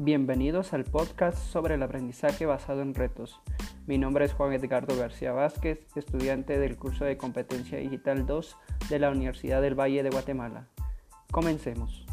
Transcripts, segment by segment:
Bienvenidos al podcast sobre el aprendizaje basado en retos. Mi nombre es Juan Edgardo García Vázquez, estudiante del curso de Competencia Digital 2 de la Universidad del Valle de Guatemala. Comencemos.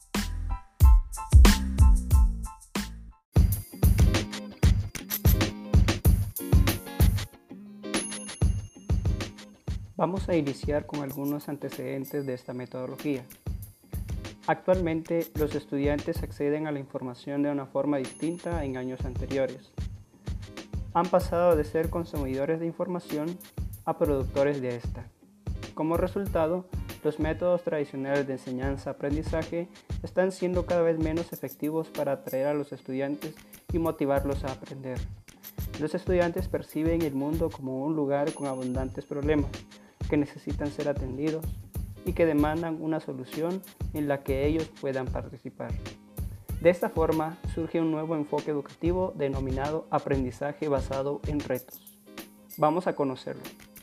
Vamos a iniciar con algunos antecedentes de esta metodología. Actualmente, los estudiantes acceden a la información de una forma distinta en años anteriores. Han pasado de ser consumidores de información a productores de esta. Como resultado, los métodos tradicionales de enseñanza-aprendizaje están siendo cada vez menos efectivos para atraer a los estudiantes y motivarlos a aprender. Los estudiantes perciben el mundo como un lugar con abundantes problemas que necesitan ser atendidos y que demandan una solución en la que ellos puedan participar. De esta forma surge un nuevo enfoque educativo denominado aprendizaje basado en retos. Vamos a conocerlo.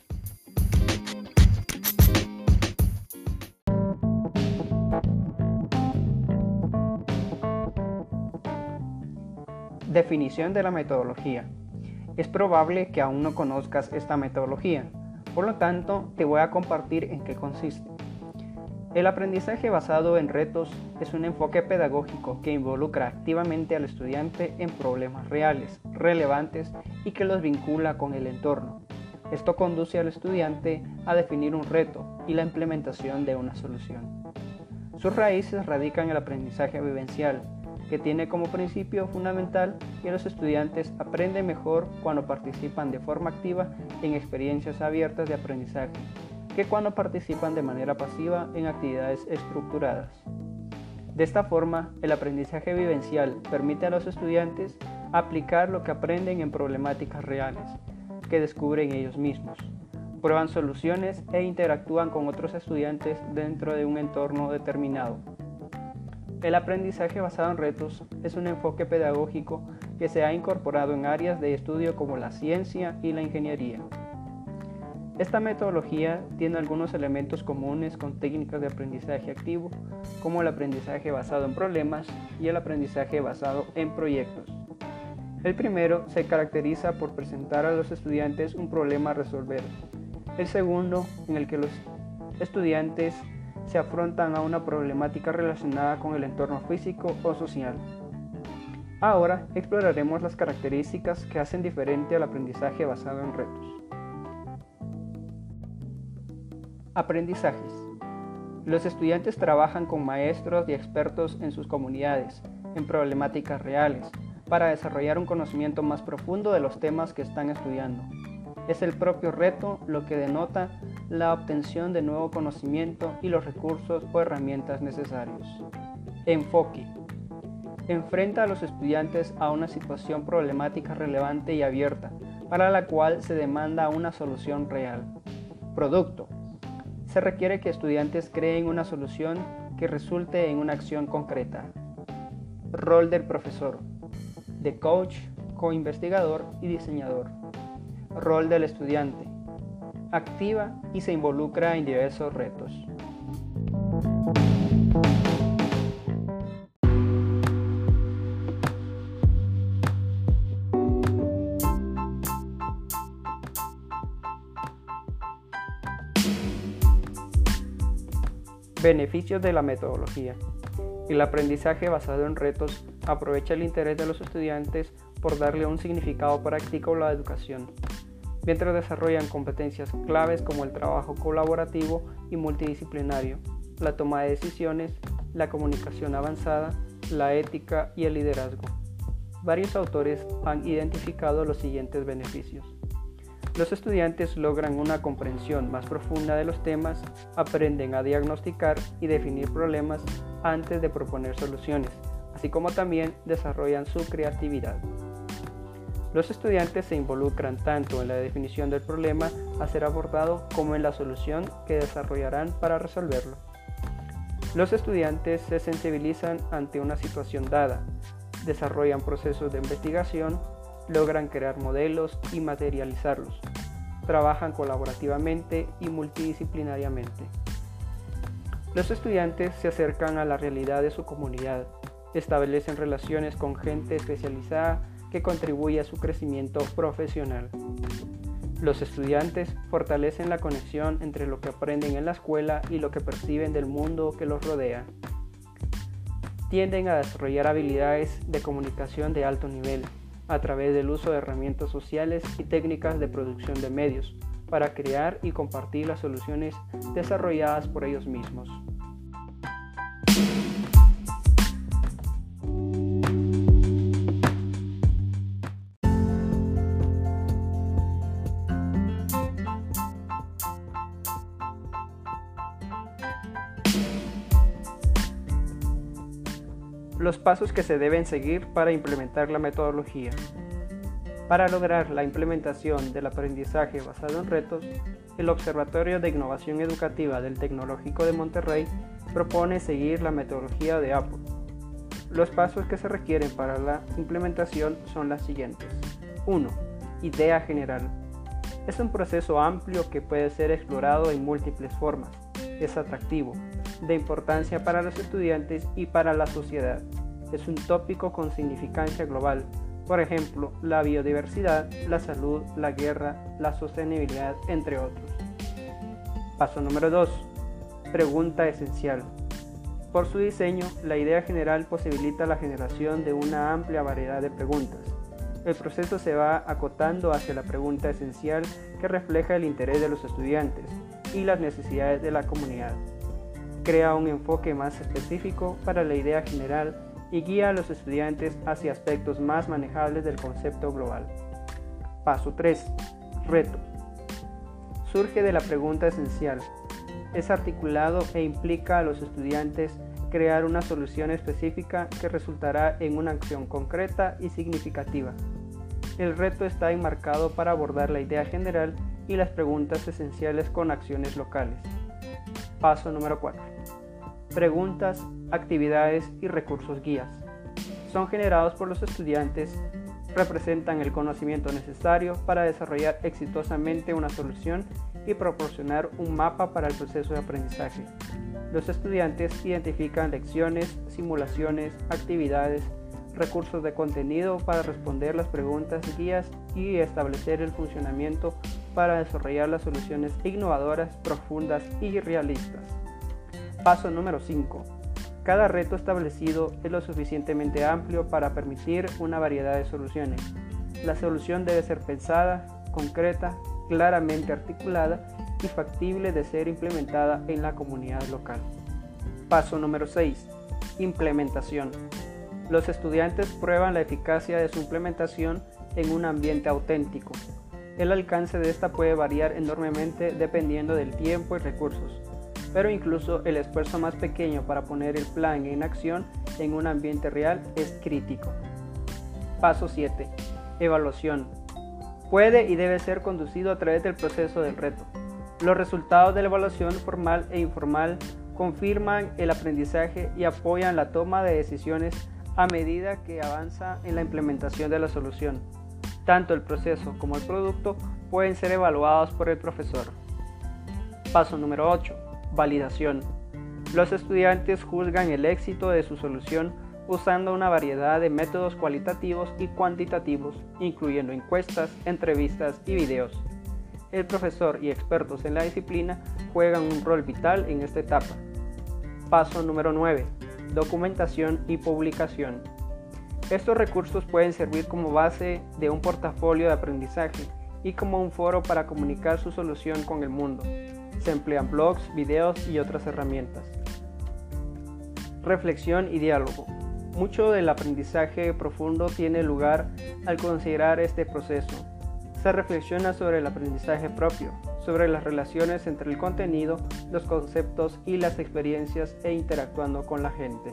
Definición de la metodología. Es probable que aún no conozcas esta metodología, por lo tanto te voy a compartir en qué consiste. El aprendizaje basado en retos es un enfoque pedagógico que involucra activamente al estudiante en problemas reales, relevantes y que los vincula con el entorno. Esto conduce al estudiante a definir un reto y la implementación de una solución. Sus raíces radican en el aprendizaje vivencial, que tiene como principio fundamental que los estudiantes aprenden mejor cuando participan de forma activa en experiencias abiertas de aprendizaje, que cuando participan de manera pasiva en actividades estructuradas. De esta forma, el aprendizaje vivencial permite a los estudiantes aplicar lo que aprenden en problemáticas reales, que descubren ellos mismos, prueban soluciones e interactúan con otros estudiantes dentro de un entorno determinado. El aprendizaje basado en retos es un enfoque pedagógico que se ha incorporado en áreas de estudio como la ciencia y la ingeniería. Esta metodología tiene algunos elementos comunes con técnicas de aprendizaje activo, como el aprendizaje basado en problemas y el aprendizaje basado en proyectos. El primero se caracteriza por presentar a los estudiantes un problema a resolver. El segundo, en el que los estudiantes se afrontan a una problemática relacionada con el entorno físico o social. Ahora exploraremos las características que hacen diferente al aprendizaje basado en retos. Aprendizajes. Los estudiantes trabajan con maestros y expertos en sus comunidades, en problemáticas reales, para desarrollar un conocimiento más profundo de los temas que están estudiando. Es el propio reto lo que denota la obtención de nuevo conocimiento y los recursos o herramientas necesarios. Enfoque. Enfrenta a los estudiantes a una situación problemática relevante y abierta, para la cual se demanda una solución real. Producto. Se requiere que estudiantes creen una solución que resulte en una acción concreta. Rol del profesor, de coach, co-investigador y diseñador. Rol del estudiante. Activa y se involucra en diversos retos. Beneficios de la metodología. El aprendizaje basado en retos aprovecha el interés de los estudiantes por darle un significado práctico a la educación, mientras desarrollan competencias claves como el trabajo colaborativo y multidisciplinario, la toma de decisiones, la comunicación avanzada, la ética y el liderazgo. Varios autores han identificado los siguientes beneficios. Los estudiantes logran una comprensión más profunda de los temas, aprenden a diagnosticar y definir problemas antes de proponer soluciones, así como también desarrollan su creatividad. Los estudiantes se involucran tanto en la definición del problema a ser abordado como en la solución que desarrollarán para resolverlo. Los estudiantes se sensibilizan ante una situación dada, desarrollan procesos de investigación, logran crear modelos y materializarlos, trabajan colaborativamente y multidisciplinariamente. Los estudiantes se acercan a la realidad de su comunidad, Establecen relaciones con gente especializada que contribuye a su crecimiento profesional. Los estudiantes fortalecen la conexión entre lo que aprenden en la escuela y lo que perciben del mundo que los rodea. Tienden a desarrollar habilidades de comunicación de alto nivel a través del uso de herramientas sociales y técnicas de producción de medios para crear y compartir las soluciones desarrolladas por ellos mismos. Los pasos que se deben seguir para implementar la metodología. Para lograr la implementación del aprendizaje basado en retos, el Observatorio de Innovación Educativa del Tecnológico de Monterrey propone seguir la metodología de Apple. Los pasos que se requieren para la implementación son las siguientes. 1. Idea general. Es un proceso amplio que puede ser explorado en múltiples formas. Es atractivo, de importancia para los estudiantes y para la sociedad. Es un tópico con significancia global, por ejemplo, la biodiversidad, la salud, la guerra, la sostenibilidad, entre otros. Paso número 2. Pregunta esencial. Por su diseño, la idea general posibilita la generación de una amplia variedad de preguntas. El proceso se va acotando hacia la pregunta esencial que refleja el interés de los estudiantes y las necesidades de la comunidad. Crea un enfoque más específico para la idea general y guía a los estudiantes hacia aspectos más manejables del concepto global. Paso 3. Reto. Surge de la pregunta esencial. Es articulado e implica a los estudiantes crear una solución específica que resultará en una acción concreta y significativa. El reto está enmarcado para abordar la idea general y las preguntas esenciales con acciones locales. Paso número 4. Preguntas, actividades y recursos guías. Son generados por los estudiantes, representan el conocimiento necesario para desarrollar exitosamente una solución y proporcionar un mapa para el proceso de aprendizaje. Los estudiantes identifican lecciones, simulaciones, actividades, recursos de contenido para responder las preguntas guías y establecer el funcionamiento para desarrollar las soluciones innovadoras, profundas y realistas. Paso número 5. Cada reto establecido es lo suficientemente amplio para permitir una variedad de soluciones. La solución debe ser pensada, concreta, claramente articulada y factible de ser implementada en la comunidad local. Paso número 6. Implementación. Los estudiantes prueban la eficacia de su implementación en un ambiente auténtico. El alcance de esta puede variar enormemente dependiendo del tiempo y recursos, pero incluso el esfuerzo más pequeño para poner el plan en acción en un ambiente real es crítico. Paso 7. Evaluación. Puede y debe ser conducido a través del proceso del reto. Los resultados de la evaluación formal e informal confirman el aprendizaje y apoyan la toma de decisiones a medida que avanza en la implementación de la solución. Tanto el proceso como el producto pueden ser evaluados por el profesor. Paso número 8. Validación. Los estudiantes juzgan el éxito de su solución usando una variedad de métodos cualitativos y cuantitativos, incluyendo encuestas, entrevistas y videos. El profesor y expertos en la disciplina juegan un rol vital en esta etapa. Paso número 9. Documentación y publicación. Estos recursos pueden servir como base de un portafolio de aprendizaje y como un foro para comunicar su solución con el mundo. Se emplean blogs, videos y otras herramientas. Reflexión y diálogo. Mucho del aprendizaje profundo tiene lugar al considerar este proceso. Se reflexiona sobre el aprendizaje propio, sobre las relaciones entre el contenido, los conceptos y las experiencias e interactuando con la gente.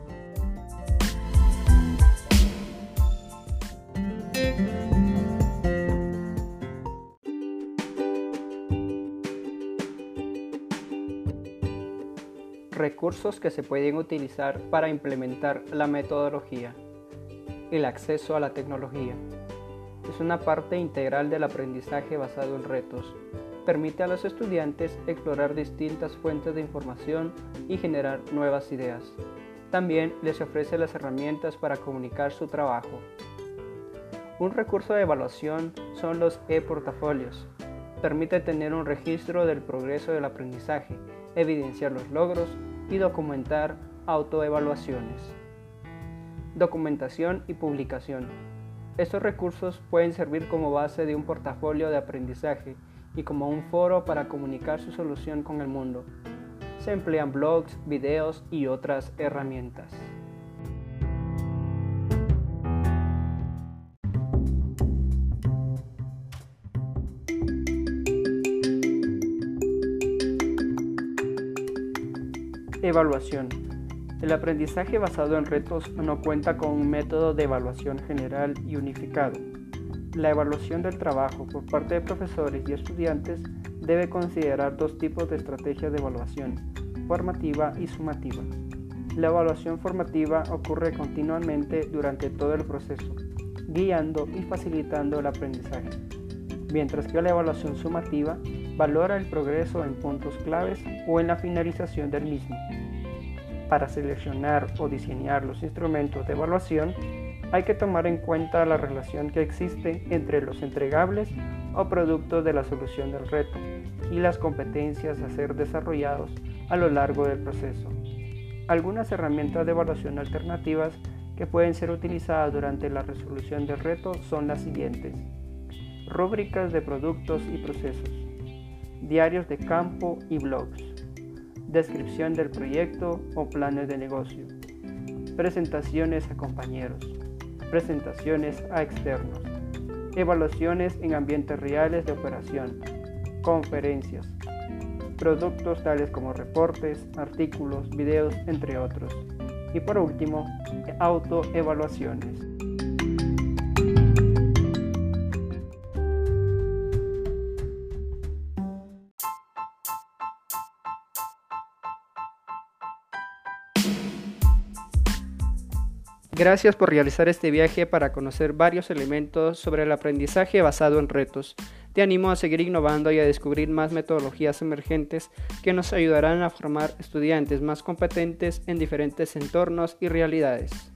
Recursos que se pueden utilizar para implementar la metodología. El acceso a la tecnología. Es una parte integral del aprendizaje basado en retos. Permite a los estudiantes explorar distintas fuentes de información y generar nuevas ideas. También les ofrece las herramientas para comunicar su trabajo. Un recurso de evaluación son los e-portafolios. Permite tener un registro del progreso del aprendizaje, evidenciar los logros y documentar autoevaluaciones. Documentación y publicación. Estos recursos pueden servir como base de un portafolio de aprendizaje y como un foro para comunicar su solución con el mundo. Se emplean blogs, videos y otras herramientas. Evaluación. El aprendizaje basado en retos no cuenta con un método de evaluación general y unificado. La evaluación del trabajo por parte de profesores y estudiantes debe considerar dos tipos de estrategias de evaluación, formativa y sumativa. La evaluación formativa ocurre continuamente durante todo el proceso, guiando y facilitando el aprendizaje, mientras que la evaluación sumativa valora el progreso en puntos claves o en la finalización del mismo. Para seleccionar o diseñar los instrumentos de evaluación, hay que tomar en cuenta la relación que existe entre los entregables o productos de la solución del reto y las competencias a ser desarrollados a lo largo del proceso. Algunas herramientas de evaluación alternativas que pueden ser utilizadas durante la resolución del reto son las siguientes: rúbricas de productos y procesos, diarios de campo y blogs, descripción del proyecto o planes de negocio, presentaciones a compañeros, presentaciones a externos, evaluaciones en ambientes reales de operación, conferencias, productos tales como reportes, artículos, videos, entre otros. Y por último, autoevaluaciones. Gracias por realizar este viaje para conocer varios elementos sobre el aprendizaje basado en retos. Te animo a seguir innovando y a descubrir más metodologías emergentes que nos ayudarán a formar estudiantes más competentes en diferentes entornos y realidades.